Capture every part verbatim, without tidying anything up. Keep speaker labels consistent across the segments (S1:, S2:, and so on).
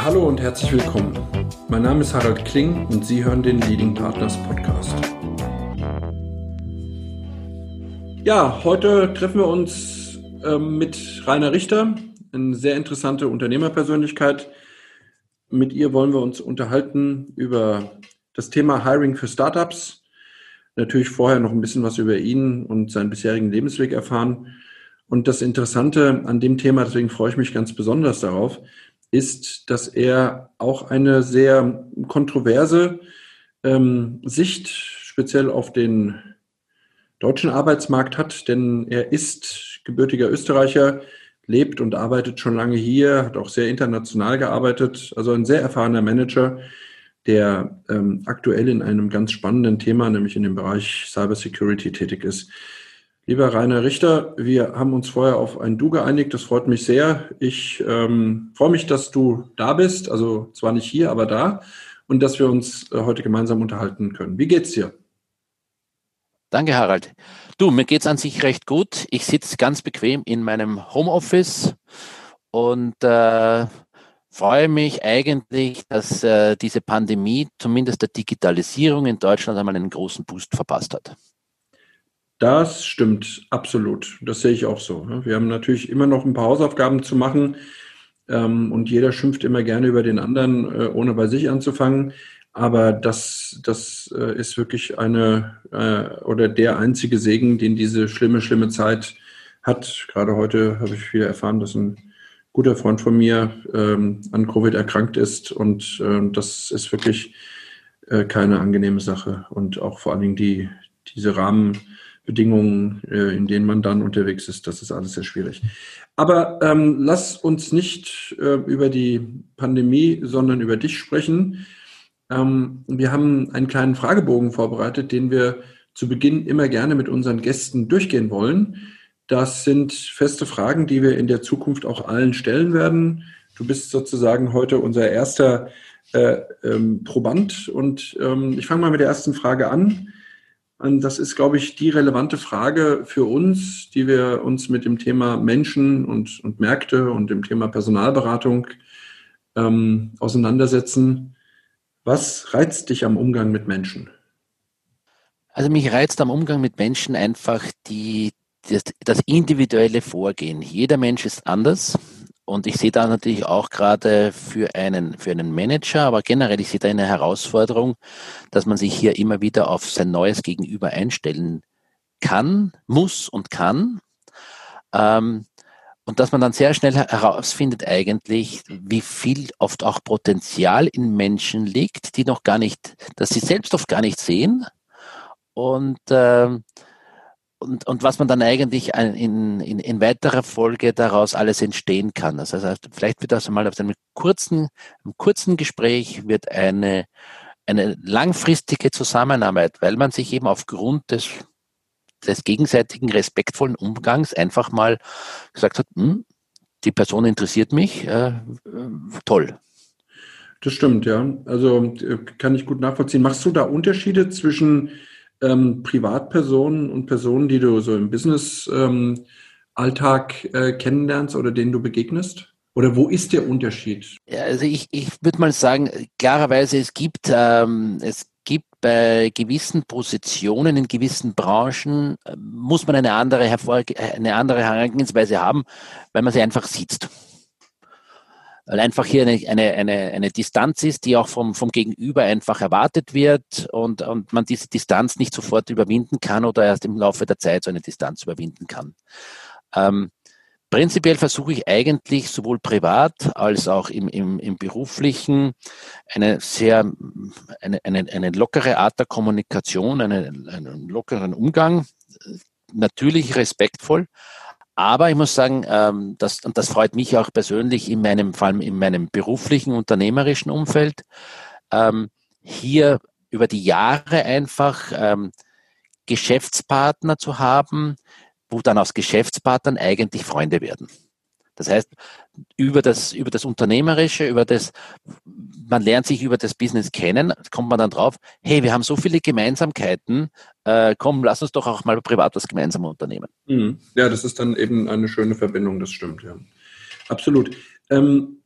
S1: Hallo und herzlich willkommen. Mein Name ist Harald Kling und Sie hören den Leading Partners Podcast. Ja, heute treffen wir uns äh, mit Rainer Richter, eine sehr interessante Unternehmerpersönlichkeit. Mit ihr wollen wir uns unterhalten über das Thema Hiring für Startups. Natürlich vorher noch ein bisschen was über ihn und seinen bisherigen Lebensweg erfahren. Und das Interessante an dem Thema, deswegen freue ich mich ganz besonders darauf, ist, dass er auch eine sehr kontroverse ähm, Sicht speziell auf den deutschen Arbeitsmarkt hat, denn er ist gebürtiger Österreicher, lebt und arbeitet schon lange hier, hat auch sehr international gearbeitet, also ein sehr erfahrener Manager, der ähm, aktuell in einem ganz spannenden Thema, nämlich in dem Bereich Cybersecurity tätig ist. Lieber Rainer Richter, wir haben uns vorher auf ein Du geeinigt, das freut mich sehr. Ich ähm, freue mich, dass du da bist, also zwar nicht hier, aber da, und dass wir uns äh, heute gemeinsam unterhalten können. Wie geht's dir?
S2: Danke, Harald. Du, mir geht's an sich recht gut. Ich sitze ganz bequem in meinem Homeoffice und äh, freue mich eigentlich, dass äh, diese Pandemie zumindest der Digitalisierung in Deutschland einmal einen großen Boost verpasst hat.
S1: Das stimmt, absolut. Das sehe ich auch so. Ne? Wir haben natürlich immer noch ein paar Hausaufgaben zu machen, ähm, und jeder schimpft immer gerne über den anderen, äh, ohne bei sich anzufangen. Aber das, das äh, ist wirklich eine äh, oder der einzige Segen, den diese schlimme, schlimme Zeit hat. Gerade heute habe ich wieder erfahren, dass ein guter Freund von mir ähm, an Covid erkrankt ist. Und äh, das ist wirklich äh, keine angenehme Sache. Und auch vor allen Dingen die, diese Rahmenbedingungen, äh, in denen man dann unterwegs ist, das ist alles sehr schwierig. Aber ähm, lass uns nicht äh, über die Pandemie, sondern über dich sprechen. Ähm, wir haben einen kleinen Fragebogen vorbereitet, den wir zu Beginn immer gerne mit unseren Gästen durchgehen wollen. Das sind feste Fragen, die wir in der Zukunft auch allen stellen werden. Du bist sozusagen heute unser erster äh, ähm, Proband und ähm, ich fange mal mit der ersten Frage an. Und das ist, glaube ich, die relevante Frage für uns, die wir uns mit dem Thema Menschen und, und Märkte und dem Thema Personalberatung ähm, auseinandersetzen. Was reizt dich am Umgang mit Menschen?
S2: Also mich reizt am Umgang mit Menschen einfach die, das, das individuelle Vorgehen. Jeder Mensch ist anders. Und ich sehe da natürlich auch gerade für einen, für einen Manager, aber generell, ich sehe da eine Herausforderung, dass man sich hier immer wieder auf sein neues Gegenüber einstellen kann, muss und kann. Ähm, und dass man dann sehr schnell herausfindet eigentlich, wie viel oft auch Potenzial in Menschen liegt, die noch gar nicht, dass sie selbst oft gar nicht sehen. Und, ähm, und, und was man dann eigentlich in, in, in weiterer Folge daraus alles entstehen kann. Das heißt, vielleicht wird das einmal auf einem kurzen, einem kurzen Gespräch wird eine, eine langfristige Zusammenarbeit, weil man sich eben aufgrund des, des gegenseitigen respektvollen Umgangs einfach mal gesagt hat, hm, die Person interessiert mich, äh, äh, toll.
S1: Das stimmt, ja. Also äh, kann ich gut nachvollziehen. Machst du da Unterschiede zwischen ähm, Privatpersonen und Personen, die du so im Business-Alltag ähm, äh, kennenlernst oder denen du begegnest? Oder wo ist der Unterschied?
S2: Ja, also ich, ich würde mal sagen, klarerweise, es gibt, ähm, es gibt bei gewissen Positionen in gewissen Branchen, äh, muss man eine andere, Hervor eine andere Herangehensweise haben, weil man sie einfach sieht. Weil einfach hier eine, eine, eine, eine Distanz ist, die auch vom, vom Gegenüber einfach erwartet wird und, und man diese Distanz nicht sofort überwinden kann oder erst im Laufe der Zeit so eine Distanz überwinden kann. Ähm, prinzipiell versuche ich eigentlich sowohl privat als auch im, im, im beruflichen eine sehr, eine, eine, eine lockere Art der Kommunikation, eine, einen lockeren Umgang, natürlich respektvoll. Aber ich muss sagen, ähm, das, und das freut mich auch persönlich in meinem, vor allem in meinem beruflichen, unternehmerischen Umfeld, ähm, hier über die Jahre einfach ähm, Geschäftspartner zu haben, wo dann aus Geschäftspartnern eigentlich Freunde werden. Das heißt, über das, über das Unternehmerische, über das, man lernt sich über das Business kennen, kommt man dann drauf, hey, wir haben so viele Gemeinsamkeiten, äh, komm, lass uns doch auch mal privat was gemeinsam unternehmen.
S1: Mhm. Ja, das ist dann eben eine schöne Verbindung, das stimmt, ja. Absolut. Ähm,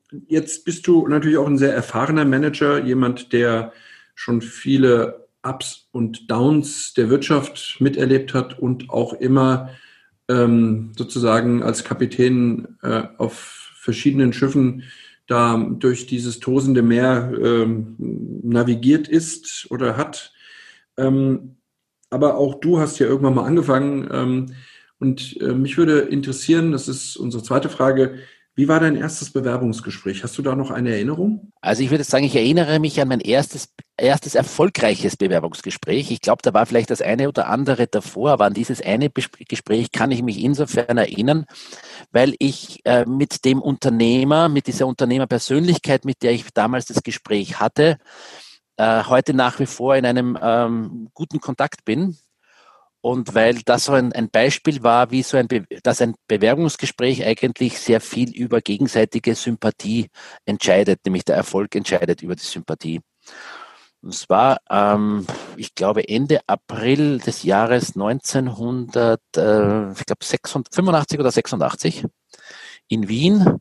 S1: Jetzt bist du natürlich auch ein sehr erfahrener Manager, jemand, der schon viele Ups und Downs der Wirtschaft miterlebt hat und auch immer ähm, sozusagen als Kapitän äh, auf verschiedenen Schiffen da durch dieses tosende Meer ähm, navigiert ist oder hat. Ähm, aber auch du hast ja irgendwann mal angefangen. Ähm, und äh, mich würde interessieren, das ist unsere zweite Frage, wie war dein erstes Bewerbungsgespräch? Hast du da noch eine Erinnerung?
S2: Also ich würde sagen, ich erinnere mich an mein erstes, erstes erfolgreiches Bewerbungsgespräch. Ich glaube, da war vielleicht das eine oder andere davor, aber an dieses eine Bes- Gespräch kann ich mich insofern erinnern, weil ich äh, mit dem Unternehmer, mit dieser Unternehmerpersönlichkeit, mit der ich damals das Gespräch hatte, äh, heute nach wie vor in einem ähm, guten Kontakt bin. Und weil das so ein, ein Beispiel war, wie so ein, Be dass ein Bewerbungsgespräch eigentlich sehr viel über gegenseitige Sympathie entscheidet, nämlich der Erfolg entscheidet über die Sympathie. Und es war, ähm, ich glaube, Ende April des Jahres neunzehnhundert, äh, ich glaube, fünfundachtzig oder sechsundachtzig in Wien.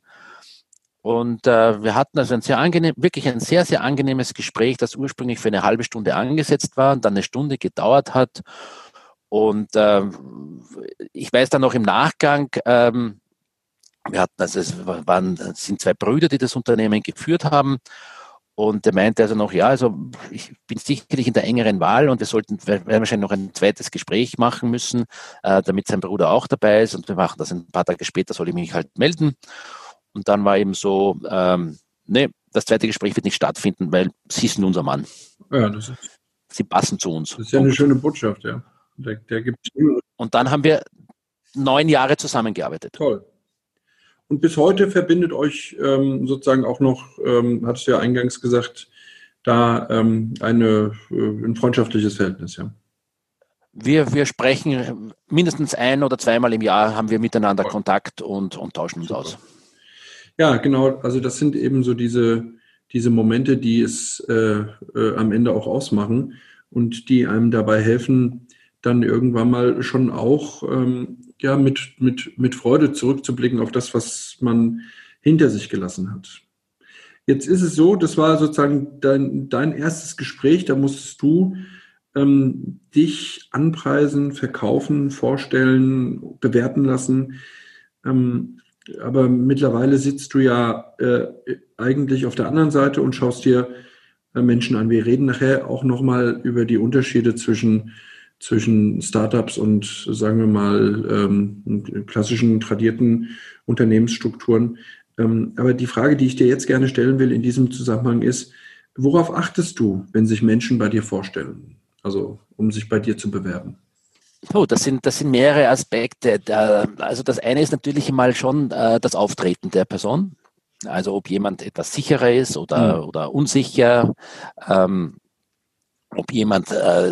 S2: Und äh, wir hatten also ein sehr angenehm, wirklich ein sehr, sehr angenehmes Gespräch, das ursprünglich für eine halbe Stunde angesetzt war und dann eine Stunde gedauert hat. Und ähm, ich weiß dann noch im Nachgang, ähm, wir hatten, also es waren, es sind zwei Brüder, die das Unternehmen geführt haben. Und er meinte also noch, ja, also ich bin sicherlich in der engeren Wahl und wir sollten, wir werden wahrscheinlich noch ein zweites Gespräch machen müssen, äh, damit sein Bruder auch dabei ist. Und wir machen das ein paar Tage später, soll ich mich halt melden. Und dann war eben so, ähm, nee, das zweite Gespräch wird nicht stattfinden, weil sie sind unser Mann.
S1: Ja, das ist,
S2: Sie passen zu uns.
S1: das ist ja eine
S2: Punkt.
S1: schöne Botschaft, ja. Der, der gibt
S2: Und dann haben wir neun Jahre zusammengearbeitet.
S1: toll. Und bis heute verbindet euch ähm, sozusagen auch noch, ähm, hattest du ja eingangs gesagt, da ähm, eine, äh, ein freundschaftliches Verhältnis, ja.
S2: Wir, wir sprechen mindestens ein oder zweimal im Jahr, haben wir miteinander
S1: Toll.
S2: Kontakt und, und tauschen uns
S1: Super.
S2: aus.
S1: Ja, genau. Also das sind eben so diese, diese Momente, die es äh, äh, am Ende auch ausmachen und die einem dabei helfen, dann irgendwann mal schon auch ähm, ja, mit, mit, mit Freude zurückzublicken auf das, was man hinter sich gelassen hat. Jetzt ist es so, das war sozusagen dein, dein erstes Gespräch, da musstest du ähm, dich anpreisen, verkaufen, vorstellen, bewerten lassen. Ähm, aber mittlerweile sitzt du ja äh, eigentlich auf der anderen Seite und schaust dir äh, Menschen an. Wir reden nachher auch nochmal über die Unterschiede zwischen, zwischen Startups und, sagen wir mal, ähm, klassischen, tradierten Unternehmensstrukturen. Ähm, aber die Frage, die ich dir jetzt gerne stellen will in diesem Zusammenhang ist, worauf achtest du, wenn sich Menschen bei dir vorstellen? Also, um sich bei dir zu bewerben?
S2: Oh, das sind, das sind mehrere Aspekte. Also das eine ist natürlich mal schon äh, das Auftreten der Person. Also ob jemand etwas sicherer ist
S1: Hm.
S2: oder, oder unsicher, ähm, ob jemand, äh,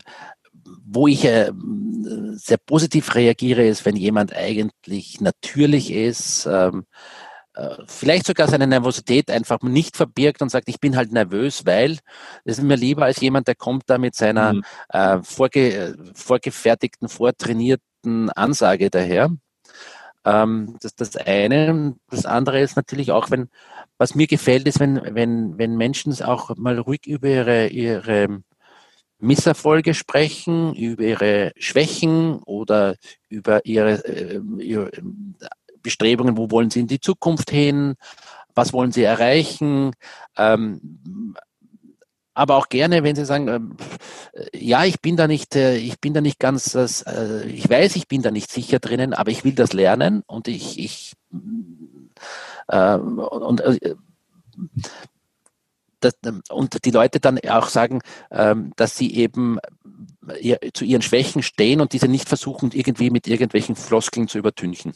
S2: wo ich äh, sehr positiv reagiere, ist, wenn jemand eigentlich natürlich ist, ähm, äh, vielleicht sogar seine Nervosität einfach nicht verbirgt und sagt, ich bin halt nervös, weil das ist mir lieber als jemand, der kommt da mit seiner
S1: Hm.
S2: äh, vorge vorgefertigten, vortrainierten Ansage daher. Ähm, das ist das eine. Das andere ist natürlich auch, wenn, was mir gefällt, ist, wenn, wenn, wenn Menschen auch mal ruhig über ihre, ihre Misserfolge sprechen, über ihre Schwächen oder über ihre, äh, ihre Bestrebungen, wo wollen sie in die Zukunft hin, was wollen sie erreichen. Ähm, aber auch gerne, wenn Sie sagen, ähm, ja, ich bin da nicht, äh, ich bin da nicht ganz, äh, ich weiß, ich bin da nicht sicher drinnen, aber ich will das lernen und ich, ich äh, und, äh, das, und die Leute dann auch sagen, ähm, dass sie eben ihr, zu ihren Schwächen stehen und diese nicht versuchen, irgendwie mit irgendwelchen Floskeln zu übertünchen.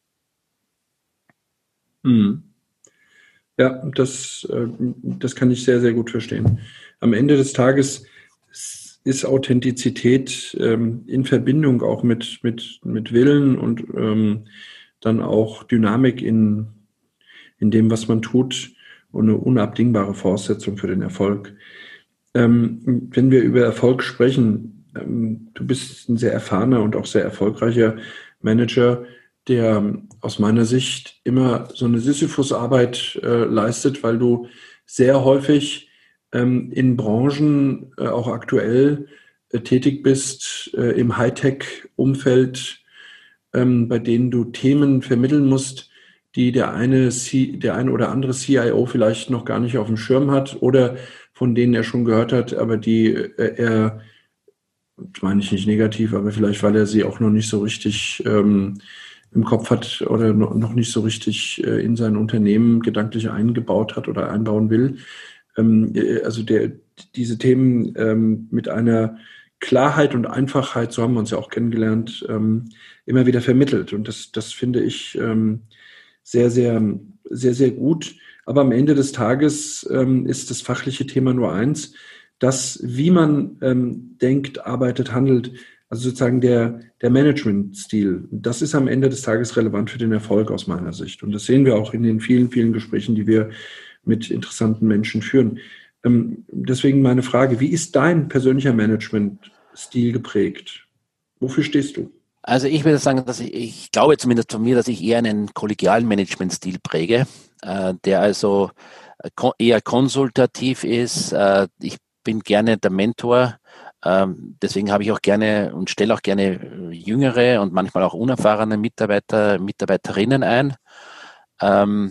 S1: Hm. Ja, das, äh, das kann ich sehr, sehr gut verstehen. Am Ende des Tages ist Authentizität ähm, in Verbindung auch mit, mit, mit Willen und ähm, dann auch Dynamik in, in dem, was man tut, eine unabdingbare Voraussetzung für den Erfolg. Ähm, wenn wir über Erfolg sprechen, ähm, du bist ein sehr erfahrener und auch sehr erfolgreicher Manager. der aus meiner Sicht immer so eine Sisyphusarbeit äh, leistet, weil du sehr häufig ähm, in Branchen äh, auch aktuell äh, tätig bist, äh, im Hightech-Umfeld, ähm, bei denen du Themen vermitteln musst, die der eine, C, der eine oder andere C I O vielleicht noch gar nicht auf dem Schirm hat oder von denen er schon gehört hat, aber die äh, er, das meine ich nicht negativ, aber vielleicht, weil er sie auch noch nicht so richtig ähm, im Kopf hat oder no- noch nicht so richtig äh, in sein Unternehmen gedanklich eingebaut hat oder einbauen will. Ähm, äh, also der, diese Themen ähm, mit einer Klarheit und Einfachheit, so haben wir uns ja auch kennengelernt, ähm, immer wieder vermittelt. Und das, das finde ich ähm, sehr, sehr, sehr, sehr gut. Aber am Ende des Tages ähm, ist das fachliche Thema nur eins, das, wie man ähm, denkt, arbeitet, handelt, also sozusagen der, der Management-Stil, das ist am Ende des Tages relevant für den Erfolg aus meiner Sicht. Und das sehen wir auch in den vielen, vielen Gesprächen, die wir mit interessanten Menschen führen. Ähm, deswegen meine Frage, wie ist dein persönlicher Management-Stil geprägt? Wofür stehst du?
S2: Also ich würde sagen, dass ich, ich glaube zumindest von mir, dass ich eher einen kollegialen Managementstil präge, äh, der also äh, ko- eher konsultativ ist. Äh, ich bin gerne der Mentor. Ähm, deswegen habe ich auch gerne und stelle auch gerne äh, jüngere und manchmal auch unerfahrene Mitarbeiter, Mitarbeiterinnen ein. Ähm,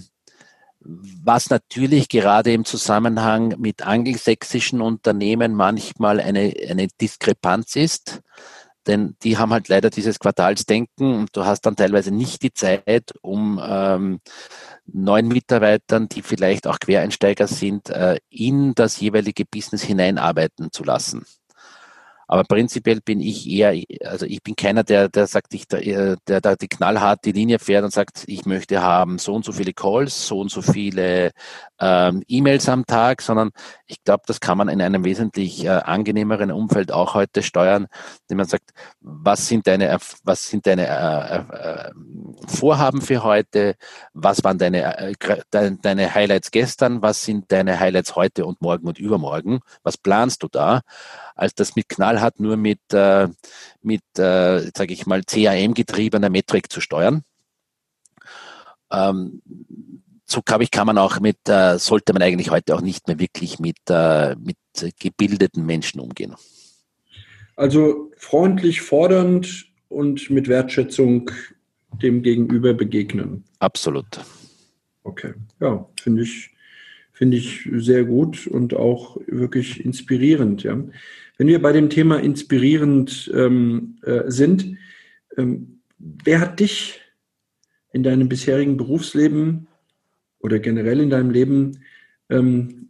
S2: was natürlich gerade im Zusammenhang mit angelsächsischen Unternehmen manchmal eine, eine Diskrepanz ist, denn die haben halt leider dieses Quartalsdenken und du hast dann teilweise nicht die Zeit, um ähm, neuen Mitarbeitern, die vielleicht auch Quereinsteiger sind, äh, in das jeweilige Business hineinarbeiten zu lassen. Aber prinzipiell bin ich eher, also ich bin keiner, der, der sagt, ich, der, der da die knallhart die Linie fährt und sagt, ich möchte haben so und so viele Calls, so und so viele ähm, E-Mails am Tag, sondern ich glaube, das kann man in einem wesentlich äh, angenehmeren Umfeld auch heute steuern, indem man sagt, was sind deine, was sind deine äh, äh, Vorhaben für heute, was waren deine, äh, deine, deine Highlights gestern, was sind deine Highlights heute und morgen und übermorgen, was planst du da? Als das mit knallhart nur mit, äh, mit äh, sage ich mal, C A M-getriebener Metrik zu steuern. Ähm, so glaube ich, kann man auch mit, äh, sollte man eigentlich heute auch nicht mehr wirklich mit, äh, mit gebildeten Menschen umgehen.
S1: Also freundlich, fordernd und mit Wertschätzung dem Gegenüber begegnen.
S2: Absolut.
S1: Okay, ja, finde ich, finde ich sehr gut und auch wirklich inspirierend. Ja. Wenn wir bei dem Thema inspirierend ähm, äh, sind, ähm, wer hat dich in deinem bisherigen Berufsleben oder generell in deinem Leben ähm,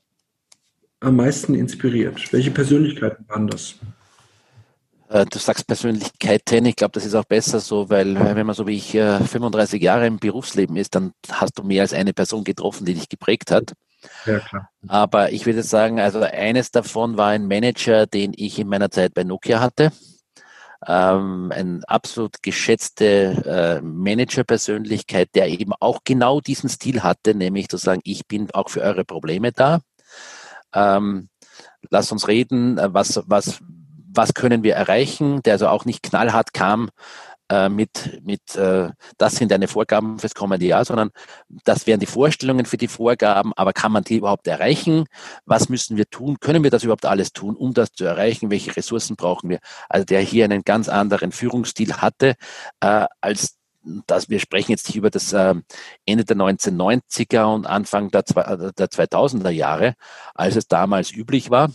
S1: am meisten inspiriert? Welche Persönlichkeiten waren das?
S2: Äh, Du sagst Persönlichkeiten, ich glaube, das ist auch besser so, weil äh, wenn man so wie ich äh, fünfunddreißig Jahre im Berufsleben ist, dann hast du mehr als eine Person getroffen, die dich geprägt hat.
S1: Ja, klar.
S2: Aber ich würde sagen, also eines davon war ein Manager, den ich in meiner Zeit bei Nokia hatte. Ähm, ein absolut geschätzte äh, Managerpersönlichkeit, der eben auch genau diesen Stil hatte, nämlich zu sagen, ich bin auch für eure Probleme da. Ähm, Lasst uns reden, äh, was, was, was können wir erreichen, der also auch nicht knallhart kam äh, mit, mit äh, das sind deine Vorgaben fürs kommende Jahr, sondern das wären die Vorstellungen für die Vorgaben, aber kann man die überhaupt erreichen? Was müssen wir tun? Können wir das überhaupt alles tun, um das zu erreichen? Welche Ressourcen brauchen wir? Also der hier einen ganz anderen Führungsstil hatte, äh, als das, wir sprechen jetzt hier über das äh, Ende der neunzehnhundertneunziger und Anfang der, der zweitausender Jahre, als es damals üblich war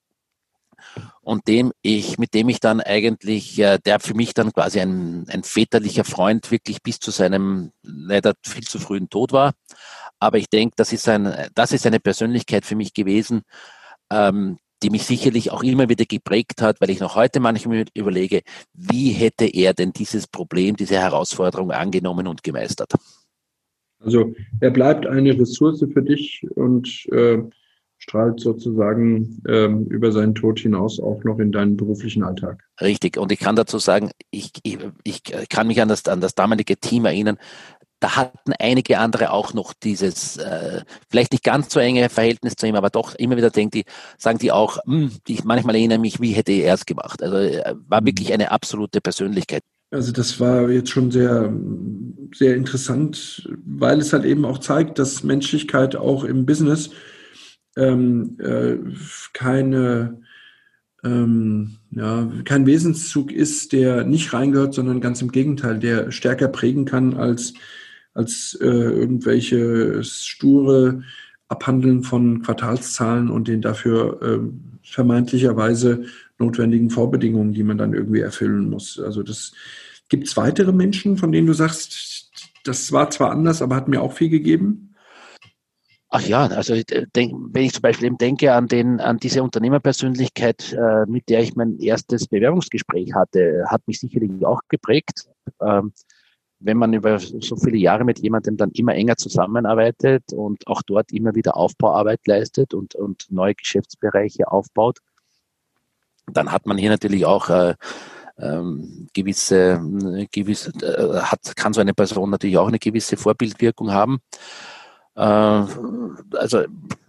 S2: und dem ich, mit dem ich dann eigentlich, äh, der für mich dann quasi ein, ein väterlicher Freund wirklich bis zu seinem leider viel zu frühen Tod war. Aber ich denke, das ist ein, das ist eine Persönlichkeit für mich gewesen, ähm, die mich sicherlich auch immer wieder geprägt hat, weil ich noch heute manchmal überlege, wie hätte er denn dieses Problem, diese Herausforderung angenommen und gemeistert?
S1: Also er bleibt eine Ressource für dich und äh, strahlt sozusagen ähm, über seinen Tod hinaus auch noch in deinen beruflichen Alltag.
S2: Richtig. Und ich kann dazu sagen, ich, ich, ich kann mich an das, an das damalige Team erinnern. Da hatten einige andere auch noch dieses, äh, vielleicht nicht ganz so enge Verhältnis zu ihm, aber doch immer wieder denken die, sagen die auch, hm, ich manchmal erinnere mich, wie hätte er es gemacht. Also er war wirklich eine absolute Persönlichkeit.
S1: Also das war jetzt schon sehr, sehr interessant, weil es halt eben auch zeigt, dass Menschlichkeit auch im Business ähm, äh, keine, ähm, ja, kein Wesenszug ist, der nicht reingehört, sondern ganz im Gegenteil, der stärker prägen kann als, als äh, irgendwelche sture Abhandeln von Quartalszahlen und den dafür äh, vermeintlicherweise notwendigen Vorbedingungen, die man dann irgendwie erfüllen muss. Also das gibt es weitere Menschen, von denen du sagst, das war zwar anders, aber hat mir auch viel gegeben?
S2: Ach ja, also ich denk, wenn ich zum Beispiel eben denke an den, an diese Unternehmerpersönlichkeit, äh, mit der ich mein erstes Bewerbungsgespräch hatte, hat mich sicherlich auch geprägt. Ähm, wenn man über so viele Jahre mit jemandem dann immer enger zusammenarbeitet und auch dort immer wieder Aufbauarbeit leistet und, und neue Geschäftsbereiche aufbaut, dann hat man hier natürlich auch äh, ähm, gewisse, gewisse äh, hat, kann so eine Person natürlich auch eine gewisse Vorbildwirkung haben. Äh, also,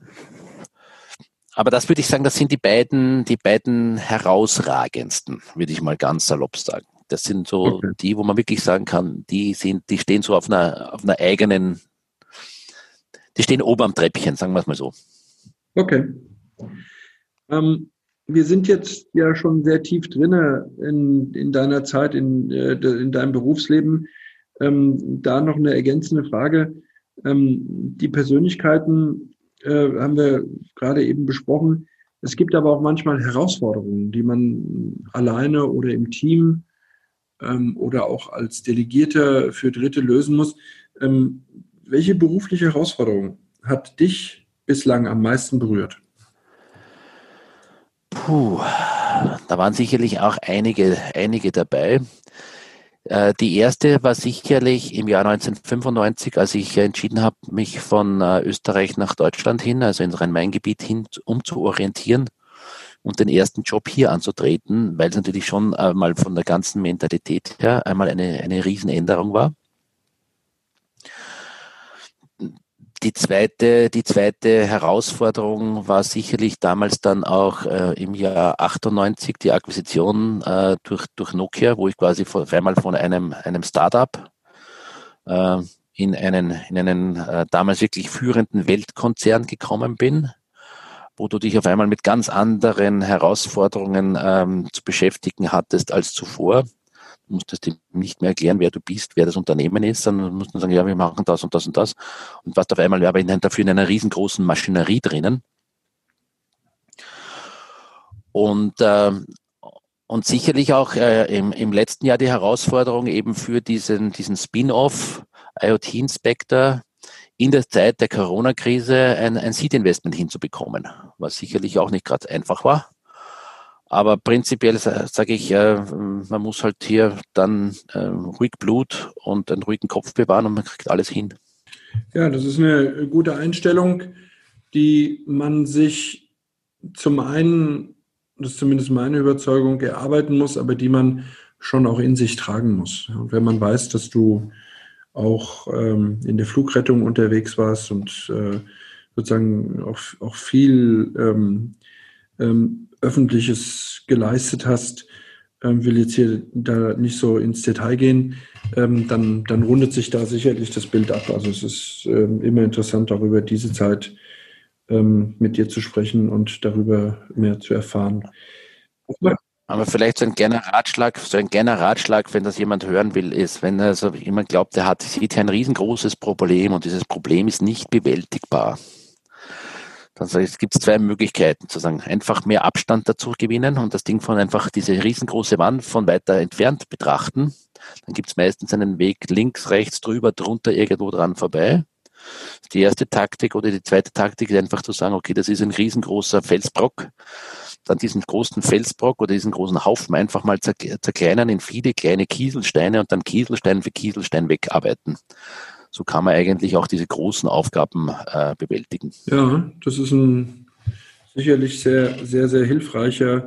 S2: aber das würde ich sagen, das sind die beiden, die beiden herausragendsten, würde ich mal ganz salopp sagen. Das sind so
S1: Okay.
S2: die, wo man wirklich sagen kann, die sind, die stehen so auf einer, auf einer eigenen, die stehen oben am Treppchen, sagen wir es mal so.
S1: Okay. Ähm, wir sind jetzt ja schon sehr tief drinne in, in deiner Zeit, in, äh, in deinem Berufsleben. Ähm, da noch eine ergänzende Frage. Ähm, die Persönlichkeiten äh, haben wir gerade eben besprochen. Es gibt aber auch manchmal Herausforderungen, die man alleine oder im Team ähm, oder auch als Delegierter für Dritte lösen muss. Ähm, welche berufliche Herausforderung hat dich bislang am meisten berührt?
S2: Puh, da waren sicherlich auch einige, einige dabei. Äh, die erste war sicherlich im Jahr neunzehnhundertfünfundneunzig, als ich entschieden habe, mich von äh, Österreich nach Deutschland hin, also ins Rhein-Main-Gebiet hin, umzuorientieren und den ersten Job hier anzutreten, weil es natürlich schon einmal von der ganzen Mentalität her einmal eine, eine Riesenänderung war. Die zweite, die zweite Herausforderung war sicherlich damals dann auch äh, im Jahr achtundneunzig die Akquisition äh, durch, durch Nokia, wo ich quasi von, auf einmal von einem, einem Startup äh, in einen, in einen äh, damals wirklich führenden Weltkonzern gekommen bin, wo du dich auf einmal mit ganz anderen Herausforderungen ähm, zu beschäftigen hattest als zuvor. Du musstest ihm nicht mehr erklären, wer du bist, wer das Unternehmen ist, sondern du musst nur sagen, ja, wir machen das und das und das. Und warst auf einmal aber in, dafür in einer riesengroßen Maschinerie drinnen. Und, äh, und sicherlich auch äh, im, im letzten Jahr die Herausforderung eben für diesen, diesen Spin-off IoT Inspector in der Zeit der Corona-Krise ein, ein Seed-Investment hinzubekommen, was sicherlich auch nicht gerade einfach war. Aber prinzipiell sage ich, äh, man muss halt hier dann äh, ruhig Blut und einen ruhigen Kopf bewahren und man kriegt alles hin.
S1: Ja, das ist eine gute Einstellung, die man sich zum einen, das ist zumindest meine Überzeugung, erarbeiten muss, aber die man schon auch in sich tragen muss. Und wenn man weiß, dass du auch ähm, in der Flugrettung unterwegs warst und äh, sozusagen auch, auch viel ähm, ähm, Öffentliches geleistet hast, ähm, will jetzt hier da nicht so ins Detail gehen, ähm, dann, dann rundet sich da sicherlich das Bild ab. Also es ist ähm, immer interessant, auch über diese Zeit ähm, mit dir zu sprechen und darüber mehr zu erfahren.
S2: Aber vielleicht so ein kleiner Ratschlag, so ein kleiner Ratschlag, wenn das jemand hören will, ist, wenn also jemand glaubt, er hat, sieht hier ein riesengroßes Problem und dieses Problem ist nicht bewältigbar. Dann sage ich, es gibt zwei Möglichkeiten, zu sagen, einfach mehr Abstand dazu gewinnen und das Ding von einfach diese riesengroße Wand von weiter entfernt betrachten. Dann gibt es meistens einen Weg links, rechts, drüber, drunter, irgendwo dran vorbei. Die erste Taktik oder die zweite Taktik ist einfach zu sagen, okay, das ist ein riesengroßer Felsbrock. Dann diesen großen Felsbrock oder diesen großen Haufen einfach mal zerkleinern in viele kleine Kieselsteine und dann Kieselstein für Kieselstein wegarbeiten. So kann man eigentlich auch diese großen Aufgaben äh, bewältigen.
S1: Ja, das ist ein sicherlich sehr, sehr, sehr hilfreicher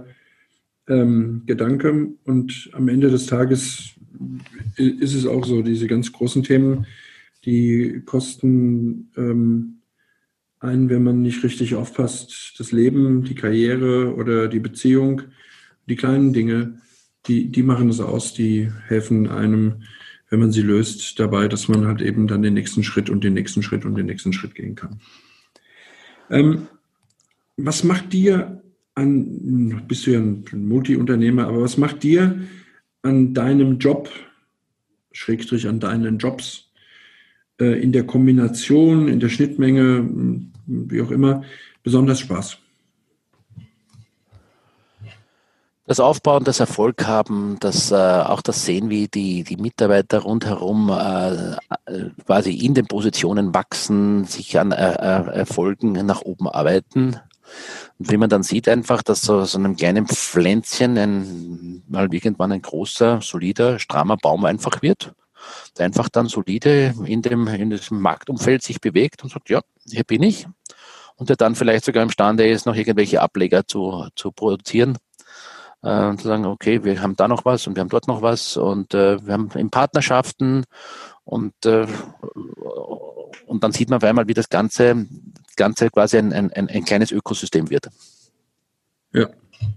S1: ähm, Gedanke. Und am Ende des Tages ist es auch so, diese ganz großen Themen, die kosten ähm, einen, wenn man nicht richtig aufpasst, das Leben, die Karriere oder die Beziehung, die kleinen Dinge, die, die machen es aus, die helfen einem, wenn man sie löst, dabei, dass man halt eben dann den nächsten Schritt und den nächsten Schritt und den nächsten Schritt gehen kann. Ähm, was macht dir an, bist du ja ein Multiunternehmer, aber was macht dir an deinem Job, Schrägstrich an deinen Jobs, äh, in der Kombination, in der Schnittmenge, wie auch immer, besonders Spaß?
S2: Das Aufbauen, das Erfolg haben, das äh, auch das Sehen, wie die, die Mitarbeiter rundherum äh, quasi in den Positionen wachsen, sich an äh, Erfolgen nach oben arbeiten. Und wie man dann sieht einfach, dass so, so einem kleinen Pflänzchen ein, mal irgendwann ein großer, solider, strammer Baum einfach wird, der einfach dann solide in dem, in diesem Marktumfeld sich bewegt und sagt, ja, hier bin ich. Und der dann vielleicht sogar imstande ist, noch irgendwelche Ableger zu, zu produzieren. Und zu sagen, okay, wir haben da noch was und wir haben dort noch was und äh, wir haben in Partnerschaften und, äh, und dann sieht man auf einmal, wie das Ganze, das Ganze quasi ein, ein, ein kleines Ökosystem wird.
S1: Ja.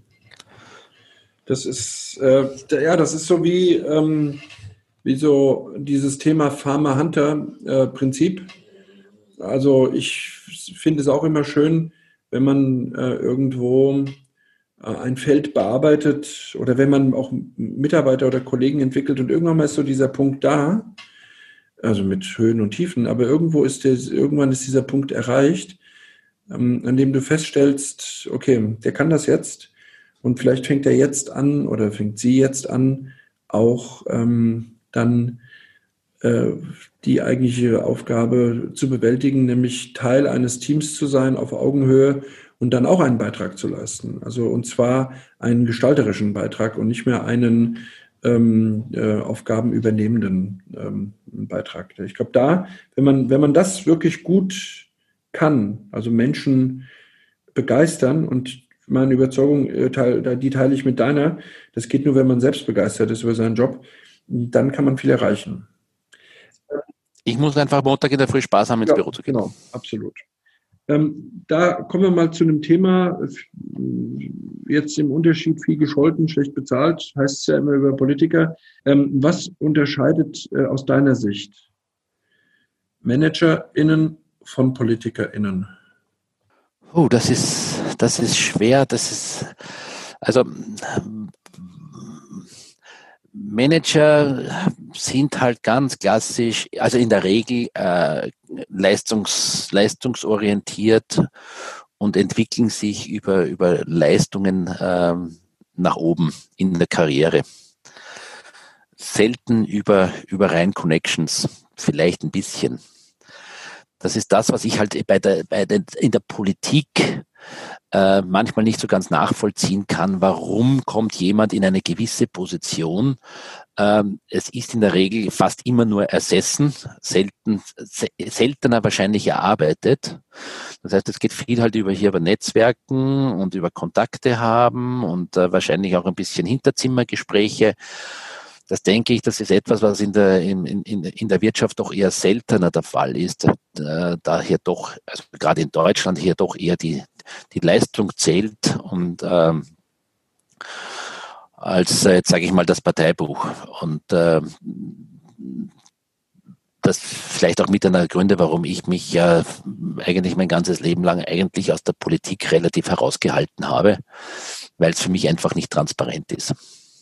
S1: Das ist, äh, ja, das ist so wie, ähm, wie so dieses Thema Farmer-Hunter-Prinzip. Äh, also ich finde es auch immer schön, wenn man äh, irgendwo ein Feld bearbeitet oder wenn man auch Mitarbeiter oder Kollegen entwickelt und irgendwann mal ist so dieser Punkt da, also mit Höhen und Tiefen, aber irgendwo ist der, irgendwann ist dieser Punkt erreicht, ähm, an dem du feststellst, okay, der kann das jetzt und vielleicht fängt er jetzt an oder fängt sie jetzt an, auch ähm, dann äh, die eigentliche Aufgabe zu bewältigen, nämlich Teil eines Teams zu sein auf Augenhöhe und dann auch einen Beitrag zu leisten. Also und zwar einen gestalterischen Beitrag und nicht mehr einen ähm, äh, Aufgaben übernehmenden ähm, Beitrag. Ich glaube, da, wenn man, wenn man das wirklich gut kann, also Menschen begeistern und meine Überzeugung, äh, die teile ich mit deiner, das geht nur, wenn man selbst begeistert ist über seinen Job, dann kann man viel erreichen.
S2: Ich muss einfach Montag in der Früh Spaß haben, ins
S1: ja,
S2: Büro zu gehen.
S1: Genau, absolut. Ähm, da kommen wir mal zu einem Thema, jetzt im Unterschied viel gescholten, schlecht bezahlt, heißt es ja immer über Politiker. Ähm, was unterscheidet äh, aus deiner Sicht ManagerInnen von PolitikerInnen?
S2: Oh, das ist, das ist schwer, das ist, also Manager sind halt ganz klassisch, also in der Regel äh, leistungs, leistungsorientiert und entwickeln sich über, über Leistungen ähm, nach oben in der Karriere. Selten über, über rein Connections, vielleicht ein bisschen. Das ist das, was ich halt bei der, bei der, in der Politik äh, manchmal nicht so ganz nachvollziehen kann. Warum kommt jemand in eine gewisse Position? Ähm, es ist in der Regel fast immer nur ersessen, selten, se seltener wahrscheinlich erarbeitet. Das heißt, es geht viel halt über hier über Netzwerken und über Kontakte haben und äh, wahrscheinlich auch ein bisschen Hinterzimmergespräche. Das denke ich, das ist etwas, was in der, in, in, in der Wirtschaft doch eher seltener der Fall ist, äh, da hier doch, also gerade in Deutschland hier doch eher die, die Leistung zählt und ähm, als, äh, jetzt sage ich mal, das Parteibuch. Und äh, das vielleicht auch mit einer Gründe, warum ich mich ja eigentlich mein ganzes Leben lang eigentlich aus der Politik relativ herausgehalten habe, weil es für mich einfach nicht transparent ist.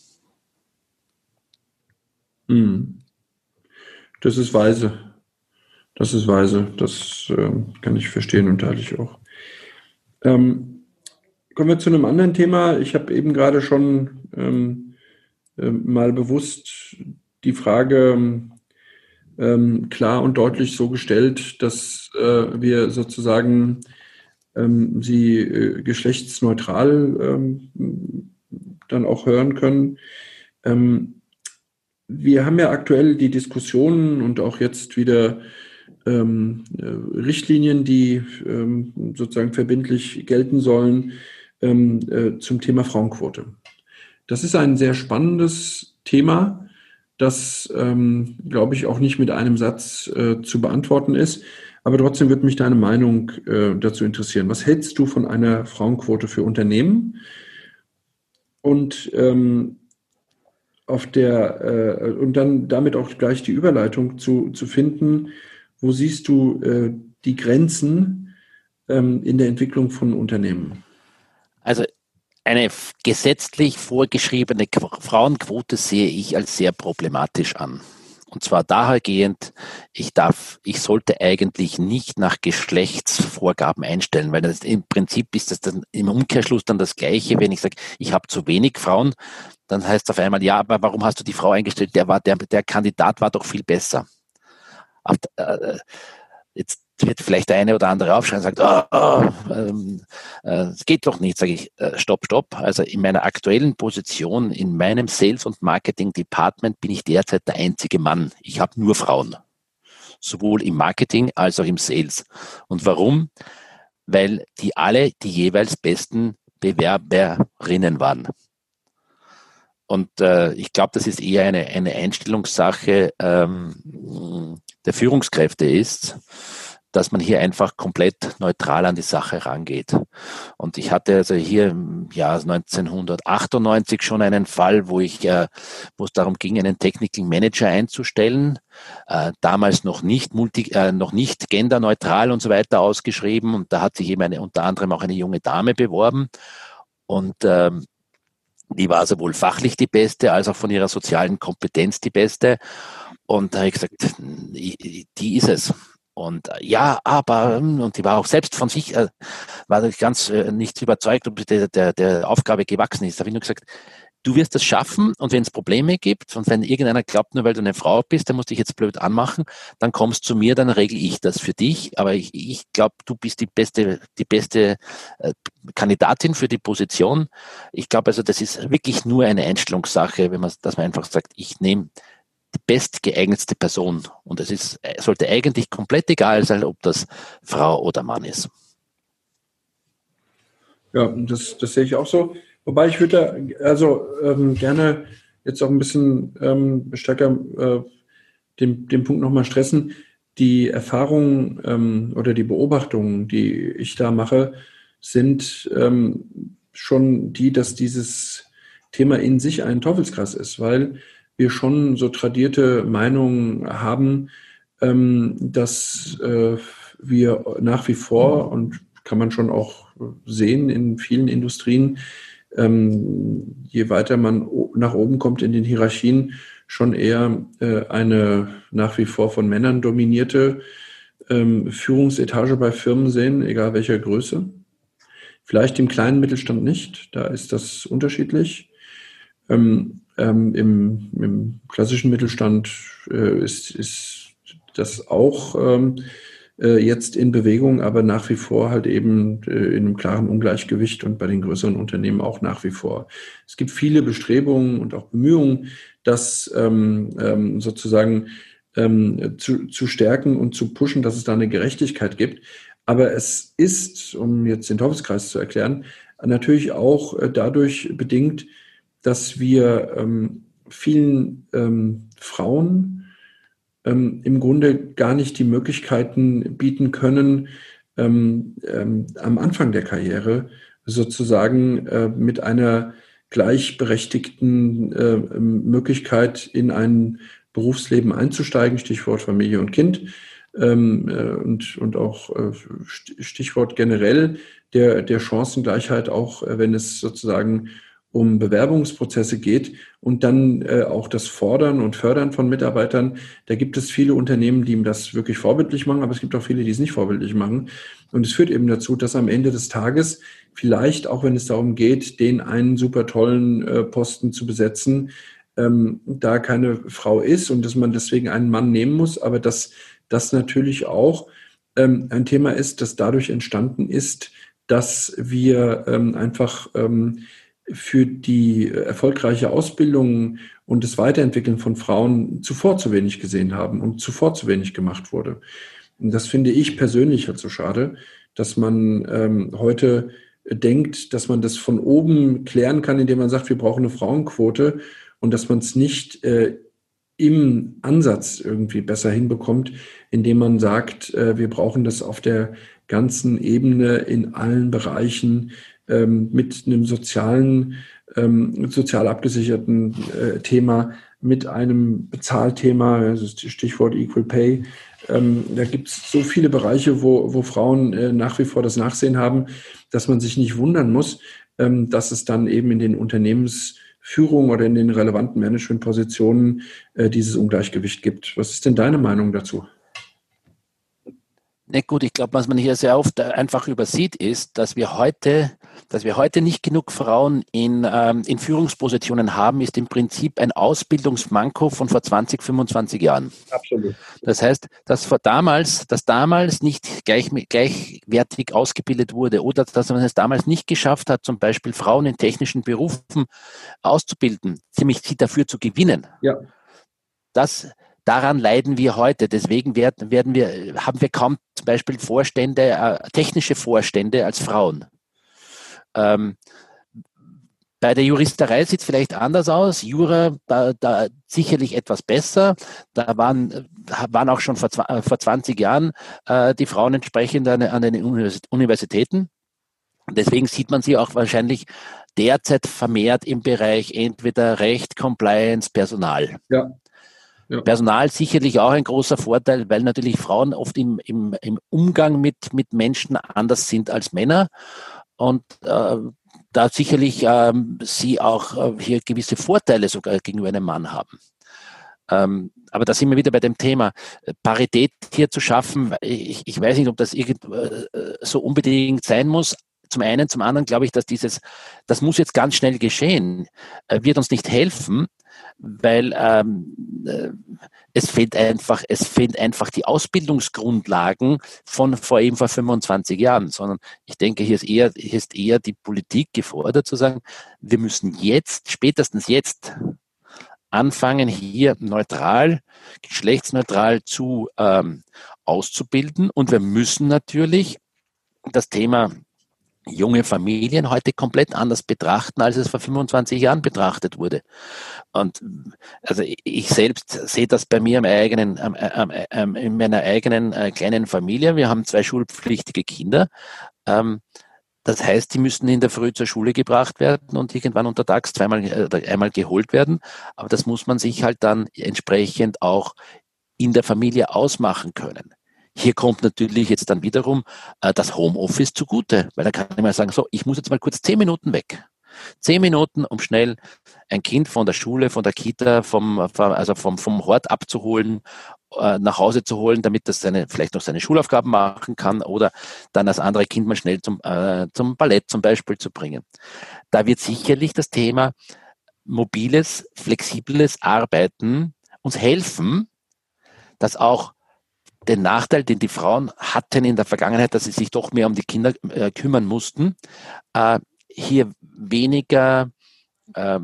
S1: Das ist weise. Das ist weise. Das äh, kann ich verstehen und teile ich auch. Ähm, kommen wir zu einem anderen Thema. Ich habe eben gerade schon ähm, äh, mal bewusst die Frage ähm, klar und deutlich so gestellt, dass äh, wir sozusagen ähm, sie äh, geschlechtsneutral ähm, dann auch hören können. Ähm, Wir haben ja aktuell die Diskussionen und auch jetzt wieder ähm, Richtlinien, die ähm, sozusagen verbindlich gelten sollen ähm, äh, zum Thema Frauenquote. Das ist ein sehr spannendes Thema, das, ähm, glaube ich, auch nicht mit einem Satz äh, zu beantworten ist. Aber trotzdem würde mich deine Meinung äh, dazu interessieren. Was hältst du von einer Frauenquote für Unternehmen? Und ähm, auf der, äh, und dann damit auch gleich die Überleitung zu, zu finden, wo siehst du äh, die Grenzen ähm, in der Entwicklung von Unternehmen?
S2: Also eine gesetzlich vorgeschriebene Frauenquote sehe ich als sehr problematisch an. Und zwar dahergehend, ich darf, ich sollte eigentlich nicht nach Geschlechtsvorgaben einstellen, weil das im Prinzip ist das dann im Umkehrschluss dann das Gleiche, wenn ich sage, ich habe zu wenig Frauen, dann heißt es auf einmal, ja, aber warum hast du die Frau eingestellt? Der war, der, der Kandidat war doch viel besser. Auf, äh, Jetzt wird vielleicht der eine oder andere aufschreien und sagt, oh, oh, ähm, äh, es geht doch nicht, sage ich, äh, stopp, stopp. Also in meiner aktuellen Position, in meinem Sales- und Marketing-Department bin ich derzeit der einzige Mann. Ich habe nur Frauen, sowohl im Marketing als auch im Sales. Und warum? Weil die alle die jeweils besten Bewerberinnen waren. Und äh, ich glaube, das ist eher eine, eine Einstellungssache ähm, der Führungskräfte ist, dass man hier einfach komplett neutral an die Sache rangeht. Und ich hatte also hier im Jahr neunzehnhundertachtundneunzig schon einen Fall, wo ich, äh, wo es darum ging, einen Technical Manager einzustellen, äh, damals noch nicht multi, äh, noch nicht genderneutral und so weiter ausgeschrieben. Und da hat sich eben eine, unter anderem auch eine junge Dame beworben. Und ähm, die war sowohl fachlich die Beste, als auch von ihrer sozialen Kompetenz die Beste. Und da habe ich gesagt, die ist es. Und ja, aber, und die war auch selbst von sich, äh, war ganz äh, nicht überzeugt, ob der, der, der Aufgabe gewachsen ist. Da habe ich nur gesagt, du wirst das schaffen, und wenn es Probleme gibt und wenn irgendeiner glaubt, nur weil du eine Frau bist, der muss dich jetzt blöd anmachen, dann kommst zu mir, dann regle ich das für dich. Aber ich, ich glaube, du bist die beste, die beste äh, Kandidatin für die Position. Ich glaube also, das ist wirklich nur eine Einstellungssache, wenn man, dass man einfach sagt, ich nehme die bestgeeignetste Person. Und es ist, sollte eigentlich komplett egal sein, ob das Frau oder Mann ist.
S1: Ja, das, das sehe ich auch so. Wobei ich würde da also ähm, gerne jetzt auch ein bisschen ähm, stärker äh, den, den Punkt nochmal stressen. Die Erfahrungen ähm, oder die Beobachtungen, die ich da mache, sind ähm, schon die, dass dieses Thema in sich ein Teufelskreis ist, weil wir schon so tradierte Meinungen haben, ähm, dass äh, wir nach wie vor, und kann man schon auch sehen in vielen Industrien, ähm, je weiter man nach oben kommt in den Hierarchien, schon eher äh, eine nach wie vor von Männern dominierte ähm, Führungsetage bei Firmen sehen, egal welcher Größe. Vielleicht im kleinen Mittelstand nicht, da ist das unterschiedlich. Ähm, ähm, im, im klassischen Mittelstand äh, ist, ist das auch ähm, äh, jetzt in Bewegung, aber nach wie vor halt eben äh, in einem klaren Ungleichgewicht und bei den größeren Unternehmen auch nach wie vor. Es gibt viele Bestrebungen und auch Bemühungen, das ähm, ähm, sozusagen ähm, zu, zu stärken und zu pushen, dass es da eine Gerechtigkeit gibt. Aber es ist, um jetzt den Teufelskreis zu erklären, natürlich auch äh, dadurch bedingt, dass wir ähm, vielen ähm, Frauen ähm, im Grunde gar nicht die Möglichkeiten bieten können, ähm, ähm, am Anfang der Karriere sozusagen äh, mit einer gleichberechtigten äh, Möglichkeit in ein Berufsleben einzusteigen, Stichwort Familie und Kind, ähm, äh, und, und auch äh, Stichwort generell der, der Chancengleichheit, auch äh, wenn es sozusagen um Bewerbungsprozesse geht und dann äh, auch das Fordern und Fördern von Mitarbeitern. Da gibt es viele Unternehmen, die das wirklich vorbildlich machen, aber es gibt auch viele, die es nicht vorbildlich machen. Und es führt eben dazu, dass am Ende des Tages vielleicht, auch wenn es darum geht, den einen super tollen äh, Posten zu besetzen, ähm, da keine Frau ist und dass man deswegen einen Mann nehmen muss, aber dass das natürlich auch ähm, ein Thema ist, das dadurch entstanden ist, dass wir ähm, einfach ähm, für die erfolgreiche Ausbildung und das Weiterentwickeln von Frauen zuvor zu wenig gesehen haben und zuvor zu wenig gemacht wurde. Und das finde ich persönlich halt so schade, dass man ähm, heute denkt, dass man das von oben klären kann, indem man sagt, wir brauchen eine Frauenquote, und dass man es nicht äh, im Ansatz irgendwie besser hinbekommt, indem man sagt, äh, wir brauchen das auf der ganzen Ebene in allen Bereichen ähm, mit einem sozialen ähm, sozial abgesicherten äh, Thema mit einem Bezahlthema, das ist das Stichwort Equal Pay. Ähm, da gibt es so viele Bereiche, wo, wo Frauen äh, nach wie vor das Nachsehen haben, dass man sich nicht wundern muss, ähm, dass es dann eben in den Unternehmensführungen oder in den relevanten Managementpositionen äh, dieses Ungleichgewicht gibt. Was ist denn deine Meinung dazu?
S2: Na gut, ich glaube, was man hier sehr oft einfach übersieht, ist, dass wir heute, dass wir heute nicht genug Frauen in, ähm, in Führungspositionen haben, ist im Prinzip ein Ausbildungsmanko von vor zwanzig, fünfundzwanzig Jahren.
S1: Absolut.
S2: Das heißt, dass vor damals, dass damals nicht gleich, gleichwertig ausgebildet wurde oder dass man es damals nicht geschafft hat, zum Beispiel Frauen in technischen Berufen auszubilden, ziemlich sie dafür zu gewinnen.
S1: Ja.
S2: Das Daran leiden wir heute. Deswegen werden, werden wir, haben wir kaum zum Beispiel Vorstände, äh, technische Vorstände als Frauen. Ähm, bei der Juristerei sieht es vielleicht anders aus. Jura, da, da sicherlich etwas besser. Da waren, waren auch schon vor, vor zwanzig Jahren äh, die Frauen entsprechend an, an den Universitäten. Deswegen sieht man sie auch wahrscheinlich derzeit vermehrt im Bereich entweder Recht, Compliance, Personal.
S1: Ja. Ja.
S2: Personal sicherlich auch ein großer Vorteil, weil natürlich Frauen oft im, im, im Umgang mit, mit Menschen anders sind als Männer und äh, da sicherlich ähm, sie auch äh, hier gewisse Vorteile sogar gegenüber einem Mann haben. Ähm, aber da sind wir wieder bei dem Thema, Parität hier zu schaffen. Ich, ich weiß nicht, ob das irgend, äh, so unbedingt sein muss. Zum einen, zum anderen glaube ich, dass dieses, das muss jetzt ganz schnell geschehen, äh, wird uns nicht helfen, weil ähm, äh, es fehlt einfach, es fehlt einfach die Ausbildungsgrundlagen von vor eben vor fünfundzwanzig Jahren, sondern ich denke, hier ist eher, hier ist eher die Politik gefordert zu sagen, wir müssen jetzt, spätestens jetzt anfangen, hier neutral, geschlechtsneutral zu ähm, auszubilden und wir müssen natürlich das Thema junge Familien heute komplett anders betrachten, als es vor fünfundzwanzig Jahren betrachtet wurde. Und also ich selbst sehe das bei mir im eigenen, ähm, ähm, in meiner eigenen äh, kleinen Familie. Wir haben zwei schulpflichtige Kinder. Ähm, das heißt, die müssen in der Früh zur Schule gebracht werden und irgendwann untertags zweimal oder äh, einmal geholt werden. Aber das muss man sich halt dann entsprechend auch in der Familie ausmachen können. Hier kommt natürlich jetzt dann wiederum äh, das Homeoffice zugute, weil da kann ich mal sagen, so, ich muss jetzt mal kurz zehn Minuten weg. Zehn Minuten, um schnell ein Kind von der Schule, von der Kita, vom, also vom, vom Hort abzuholen, äh, nach Hause zu holen, damit das seine, vielleicht noch seine Schulaufgaben machen kann oder dann das andere Kind mal schnell zum, äh, zum Ballett zum Beispiel zu bringen. Da wird sicherlich das Thema mobiles, flexibles Arbeiten uns helfen, dass auch den Nachteil, den die Frauen hatten in der Vergangenheit, dass sie sich doch mehr um die Kinder äh, kümmern mussten, äh, hier weniger äh,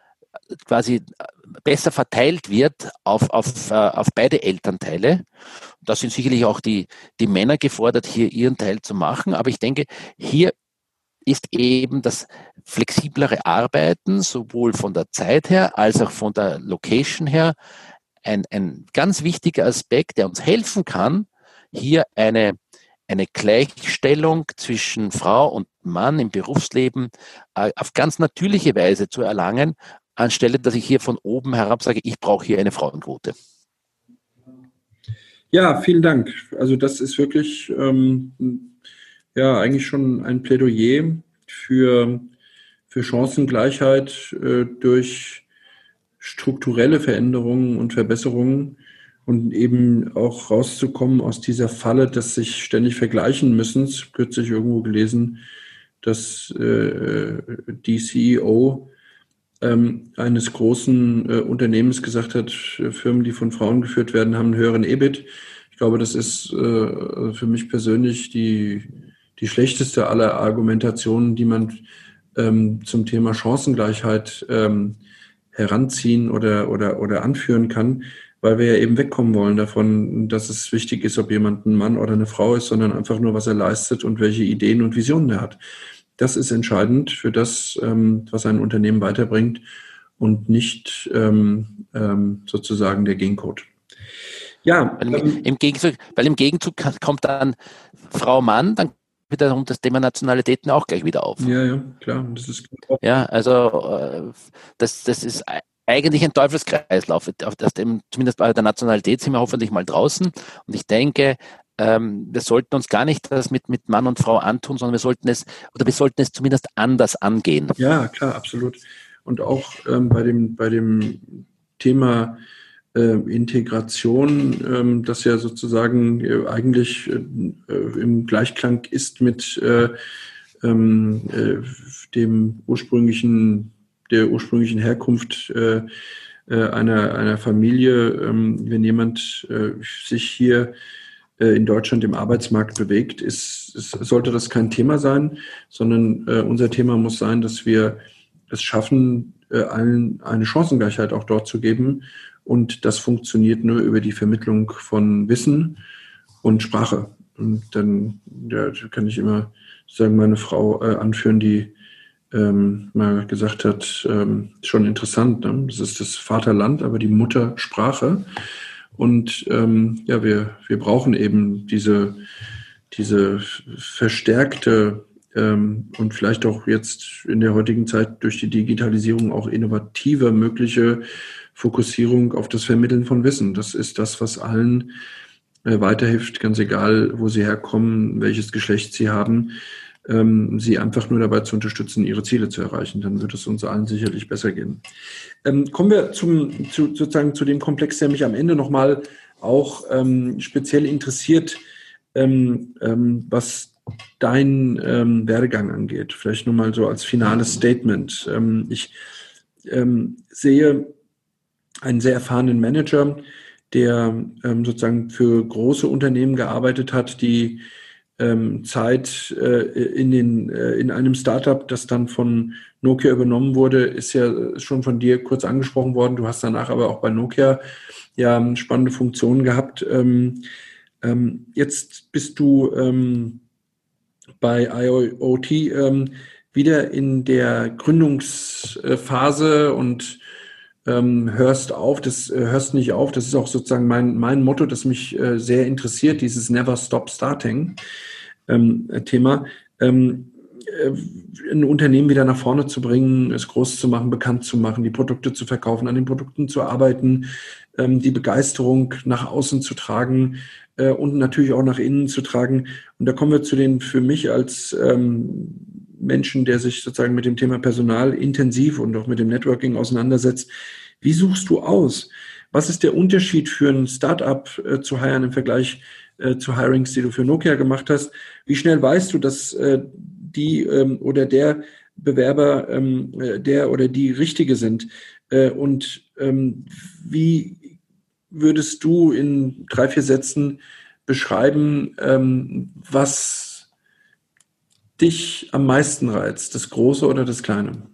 S2: quasi besser verteilt wird auf, auf, äh, auf beide Elternteile. Da sind sicherlich auch die, die Männer gefordert, hier ihren Teil zu machen. Aber ich denke, hier ist eben das flexiblere Arbeiten, sowohl von der Zeit her als auch von der Location her, Ein, ein ganz wichtiger Aspekt, der uns helfen kann, hier eine, eine Gleichstellung zwischen Frau und Mann im Berufsleben äh, auf ganz natürliche Weise zu erlangen, anstelle, dass ich hier von oben herab sage, ich brauche hier eine Frauenquote.
S1: Ja, vielen Dank. Also das ist wirklich ähm, ja eigentlich schon ein Plädoyer für, für Chancengleichheit äh, durch strukturelle Veränderungen und Verbesserungen und eben auch rauszukommen aus dieser Falle, dass sich ständig vergleichen müssen. Kürzlich irgendwo gelesen, dass äh, die C E O ähm, eines großen äh, Unternehmens gesagt hat, Firmen, die von Frauen geführt werden, haben einen höheren E B I T. Ich glaube, das ist äh, für mich persönlich die, die schlechteste aller Argumentationen, die man ähm, zum Thema Chancengleichheit ähm, heranziehen oder, oder, oder anführen kann, weil wir ja eben wegkommen wollen davon, dass es wichtig ist, ob jemand ein Mann oder eine Frau ist, sondern einfach nur, was er leistet und welche Ideen und Visionen er hat. Das ist entscheidend für das, ähm, was ein Unternehmen weiterbringt und nicht ähm, ähm, sozusagen der Gencode. Ja,
S2: weil, im, ähm, im Gegenzug, weil im Gegenzug kommt dann Frau Mann, dann wieder das Thema Nationalitäten auch gleich wieder auf.
S1: Ja, ja, klar. Das ist
S2: ja, also das, das ist eigentlich ein Teufelskreislauf. Auf das dem, zumindest bei der Nationalität sind wir hoffentlich mal draußen. Und ich denke, ähm, wir sollten uns gar nicht das mit, mit Mann und Frau antun, sondern wir sollten es, oder wir sollten es zumindest anders angehen.
S1: Ja, klar, absolut. Und auch ähm, bei dem, bei dem Thema äh, Integration, ähm, das ja sozusagen äh, eigentlich äh, im Gleichklang ist mit äh, ähm, äh, dem ursprünglichen, der ursprünglichen Herkunft äh, äh, einer, einer Familie. Ähm, wenn jemand äh, sich hier äh, in Deutschland im Arbeitsmarkt bewegt, ist, ist, sollte das kein Thema sein, sondern äh, unser Thema muss sein, dass wir es schaffen, äh, allen eine Chancengleichheit auch dort zu geben. Und das funktioniert nur über die Vermittlung von Wissen und Sprache. Und dann ja, kann ich immer sagen, meine Frau äh, anführen, die ähm, mal gesagt hat, ähm, schon interessant, ne? Das ist das Vaterland, aber die Muttersprache. Und ähm, ja, wir, wir brauchen eben diese, diese verstärkte ähm, und vielleicht auch jetzt in der heutigen Zeit durch die Digitalisierung auch innovative mögliche Fokussierung auf das Vermitteln von Wissen. Das ist das, was allen äh, weiterhilft, ganz egal, wo sie herkommen, welches Geschlecht sie haben, ähm, sie einfach nur dabei zu unterstützen, ihre Ziele zu erreichen. Dann wird es uns allen sicherlich besser gehen. Ähm, kommen wir zum, zu, sozusagen zu dem Komplex, der mich am Ende nochmal auch ähm, speziell interessiert, ähm, ähm, was dein ähm, Werdegang angeht. Vielleicht nur mal so als finales Statement. Ähm, ich ähm, sehe einen sehr erfahrenen Manager, der ähm, sozusagen für große Unternehmen gearbeitet hat, die ähm, Zeit äh, in, den, äh, in einem Startup, das dann von Nokia übernommen wurde, ist ja schon von dir kurz angesprochen worden. Du hast danach aber auch bei Nokia ja spannende Funktionen gehabt. Ähm, ähm, jetzt bist du ähm, bei I O T ähm, wieder in der Gründungsphase und ähm, hörst auf, das äh, hörst nicht auf. Das ist auch sozusagen mein, mein Motto, das mich äh, sehr interessiert, dieses Never Stop Starting ähm, Thema. Ähm, äh, ein Unternehmen wieder nach vorne zu bringen, es groß zu machen, bekannt zu machen, die Produkte zu verkaufen, an den Produkten zu arbeiten, ähm, die Begeisterung nach außen zu tragen äh, und natürlich auch nach innen zu tragen. Und da kommen wir zu den für mich als ähm, Menschen, der sich sozusagen mit dem Thema Personal intensiv und auch mit dem Networking auseinandersetzt. Wie suchst du aus? Was ist der Unterschied für ein Startup äh, zu hiren im Vergleich äh, zu Hirings, die du für Nokia gemacht hast? Wie schnell weißt du, dass äh, die ähm, oder der Bewerber ähm, der oder die Richtige sind? Äh, und ähm, wie würdest du in drei, vier Sätzen beschreiben, ähm, was dich am meisten reizt, das Große oder das Kleine?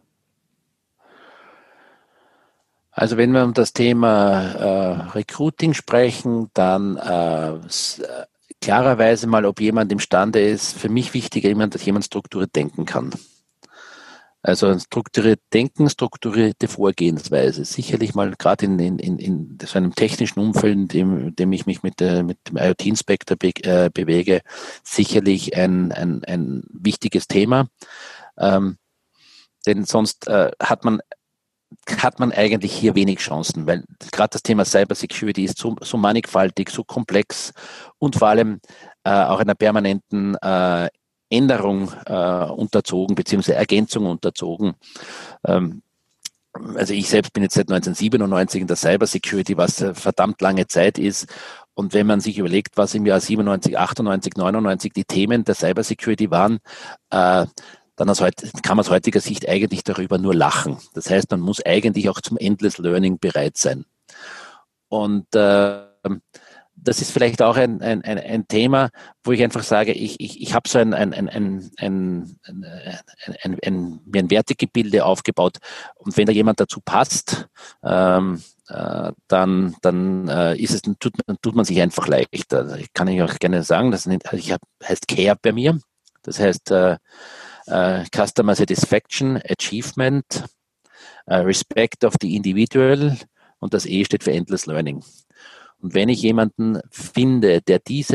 S2: Also wenn wir um das Thema äh, Recruiting sprechen, dann äh, s- äh, klarerweise mal, ob jemand imstande ist, für mich wichtiger jemand, dass jemand strukturiert denken kann. Also ein strukturiert Denken, strukturierte Vorgehensweise. Sicherlich mal gerade in, in, in, in so einem technischen Umfeld, in dem, in dem ich mich mit, der, mit dem IoT-Inspector be, äh, bewege, sicherlich ein, ein, ein wichtiges Thema. Ähm, denn sonst äh, hat man hat man eigentlich hier wenig Chancen, weil gerade das Thema Cybersecurity ist so, so mannigfaltig, so komplex und vor allem äh, auch einer permanenten äh, Änderung äh, unterzogen, beziehungsweise Ergänzung unterzogen. Ähm, also ich selbst bin jetzt seit neunzehnhundertsiebenundneunzig in der Cybersecurity, was äh, verdammt lange Zeit ist. Und wenn man sich überlegt, was im Jahr siebenundneunzig, achtundneunzig, neunundneunzig die Themen der Cybersecurity waren, äh, dann aus heut, kann man aus heutiger Sicht eigentlich darüber nur lachen. Das heißt, man muss eigentlich auch zum Endless Learning bereit sein. Und äh, das ist vielleicht auch ein, ein, ein, ein Thema, wo ich einfach sage, ich, ich, ich habe so ein, ein, ein, ein, ein, ein, ein, ein, mir ein Wertegebilde aufgebaut. Und wenn da jemand dazu passt, ähm, äh, dann, dann äh, ist es, tut, tut man sich einfach leicht. Also ich kann ich auch gerne sagen, das ich hab, heißt C A R E bei mir. Das heißt äh, Uh, Customer Satisfaction, Achievement, uh, Respect of the Individual und das E steht für Endless Learning. Und wenn ich jemanden finde, der diese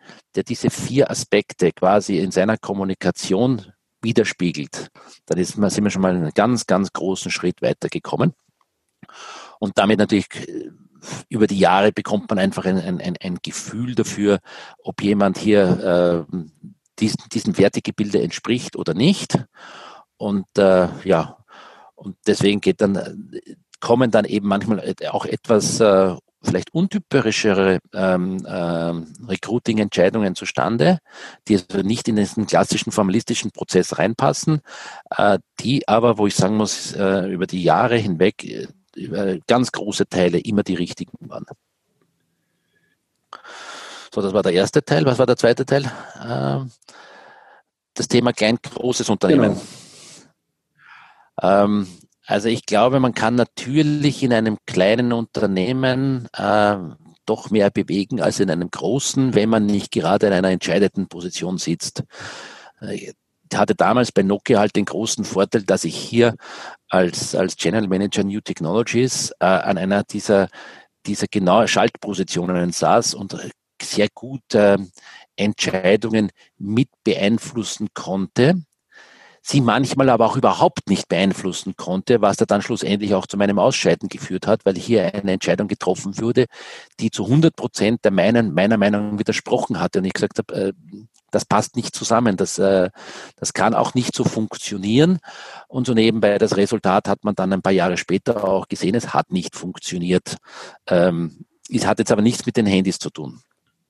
S2: der diese vier Aspekte quasi in seiner Kommunikation widerspiegelt, dann ist, sind wir schon mal einen ganz, ganz großen Schritt weitergekommen. Und damit natürlich über die Jahre bekommt man einfach ein, ein, ein Gefühl dafür, ob jemand hier äh, diesen, diesem Wertegebilde entspricht oder nicht. Und äh, ja, und deswegen geht dann, kommen dann eben manchmal auch etwas äh, vielleicht untypischere ähm, äh, Recruiting-Entscheidungen zustande, die also nicht in diesen klassischen formalistischen Prozess reinpassen, äh, die aber, wo ich sagen muss, äh, über die Jahre hinweg äh, über ganz große Teile immer die richtigen waren. So, das war der erste Teil. Was war der zweite Teil? Äh, das Thema klein-großes Unternehmen.
S1: Genau.
S2: Ähm, Also ich glaube, man kann natürlich in einem kleinen Unternehmen äh, doch mehr bewegen als in einem großen, wenn man nicht gerade in einer entscheidenden Position sitzt. Ich hatte damals bei Nokia halt den großen Vorteil, dass ich hier als, als General Manager New Technologies äh, an einer dieser, dieser genauen Schaltpositionen saß und sehr gut äh, Entscheidungen mit beeinflussen konnte, sie manchmal aber auch überhaupt nicht beeinflussen konnte, was dann schlussendlich auch zu meinem Ausscheiden geführt hat, weil hier eine Entscheidung getroffen wurde, die zu hundert Prozent der meinen, meiner Meinung widersprochen hatte. Und ich gesagt habe, äh, das passt nicht zusammen, das, äh, das kann auch nicht so funktionieren. Und so nebenbei das Resultat hat man dann ein paar Jahre später auch gesehen, es hat nicht funktioniert. Ähm, es hat jetzt aber nichts mit den Handys zu tun.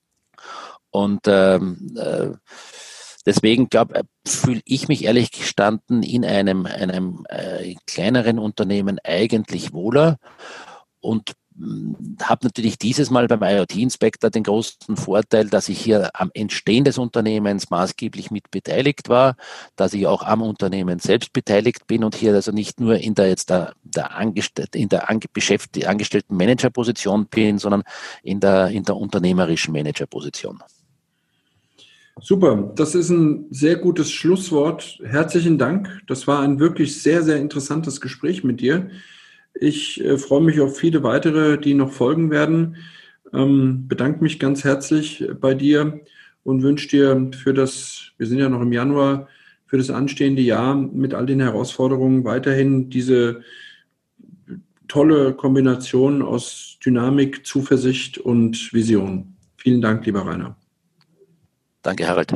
S2: Und ähm, äh, deswegen glaube fühle ich mich ehrlich gestanden in einem, einem äh, kleineren Unternehmen eigentlich wohler und habe natürlich dieses Mal beim IoT-Inspector den großen Vorteil, dass ich hier am Entstehen des Unternehmens maßgeblich mit beteiligt war, dass ich auch am Unternehmen selbst beteiligt bin und hier also nicht nur in der jetzt der, der, Angestell- in der ange- beschäftigten angestellten Managerposition bin, sondern in der, in der unternehmerischen Managerposition.
S1: Super, das ist ein sehr gutes Schlusswort. Herzlichen Dank. Das war ein wirklich sehr, sehr interessantes Gespräch mit dir. Ich äh, freue mich auf viele weitere, die noch folgen werden. Ähm, bedanke mich ganz herzlich bei dir und wünsche dir für das, wir sind ja noch im Januar, für das anstehende Jahr mit all den Herausforderungen weiterhin diese tolle Kombination aus Dynamik, Zuversicht und Vision. Vielen Dank, lieber Rainer.
S2: Danke, Harald.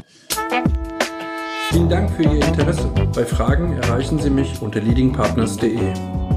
S1: Vielen Dank für Ihr Interesse. Bei Fragen erreichen Sie mich unter leading partners punkt de.